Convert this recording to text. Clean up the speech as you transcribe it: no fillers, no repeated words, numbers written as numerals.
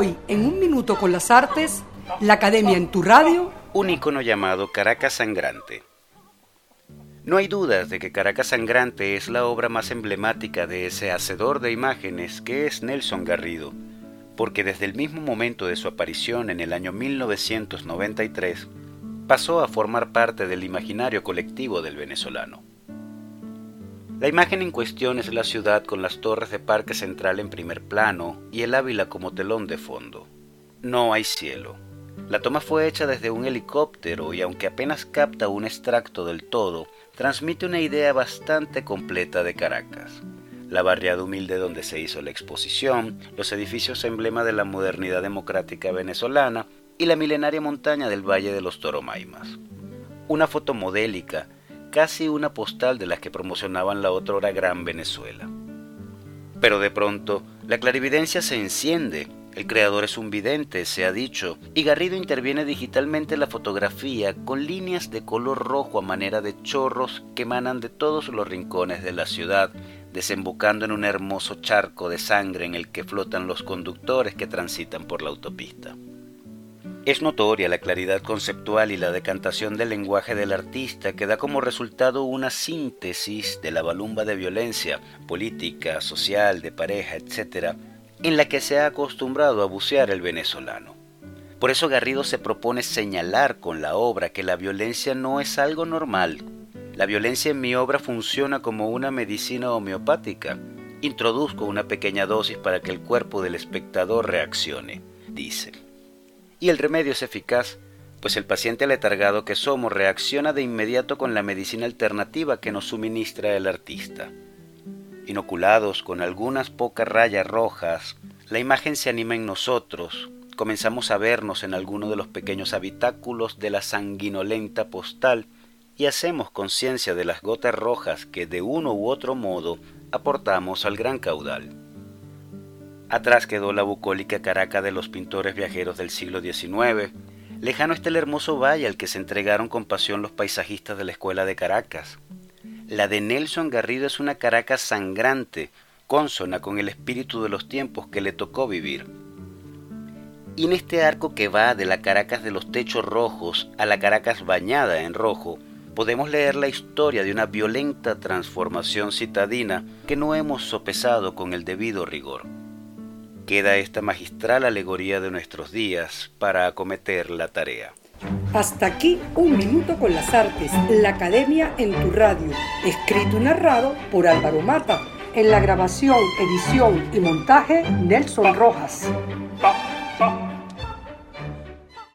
Hoy, en Un Minuto con las Artes, la Academia en tu radio. Un icono llamado Caracas Sangrante. No hay dudas de que Caracas Sangrante es la obra más emblemática de ese hacedor de imágenes que es Nelson Garrido, porque desde el mismo momento de su aparición en el año 1993, pasó a formar parte del imaginario colectivo del venezolano. La imagen en cuestión es la ciudad con las torres de Parque Central en primer plano y el Ávila como telón de fondo. No hay cielo. La toma fue hecha desde un helicóptero y aunque apenas capta un extracto del todo, transmite una idea bastante completa de Caracas. La barriada humilde donde se hizo la exposición, los edificios emblema de la modernidad democrática venezolana y la milenaria montaña del Valle de los Toromaimas. Una foto modélica, casi una postal de las que promocionaban la otrora Gran Venezuela. Pero de pronto, la clarividencia se enciende, el creador es un vidente, se ha dicho, y Garrido interviene digitalmente en la fotografía con líneas de color rojo a manera de chorros que emanan de todos los rincones de la ciudad, desembocando en un hermoso charco de sangre en el que flotan los conductores que transitan por la autopista. Es notoria la claridad conceptual y la decantación del lenguaje del artista que da como resultado una síntesis de la balumba de violencia política, social, de pareja, etc., en la que se ha acostumbrado a bucear el venezolano. Por eso Garrido se propone señalar con la obra que la violencia no es algo normal. La violencia en mi obra funciona como una medicina homeopática. Introduzco una pequeña dosis para que el cuerpo del espectador reaccione, dice. Y el remedio es eficaz, pues el paciente aletargado que somos reacciona de inmediato con la medicina alternativa que nos suministra el artista. Inoculados con algunas pocas rayas rojas, la imagen se anima en nosotros, comenzamos a vernos en alguno de los pequeños habitáculos de la sanguinolenta postal y hacemos conciencia de las gotas rojas que de uno u otro modo aportamos al gran caudal. Atrás quedó la bucólica Caracas de los pintores viajeros del siglo XIX. Lejano está el hermoso valle al que se entregaron con pasión los paisajistas de la Escuela de Caracas. La de Nelson Garrido es una Caracas sangrante, consona con el espíritu de los tiempos que le tocó vivir. Y en este arco que va de la Caracas de los techos rojos a la Caracas bañada en rojo, podemos leer la historia de una violenta transformación citadina que no hemos sopesado con el debido rigor. Queda esta magistral alegoría de nuestros días para acometer la tarea. Hasta aquí Un Minuto con las Artes, la Academia en tu radio, escrito y narrado por Álvaro Mata, en la grabación, edición y montaje Nelson Rojas.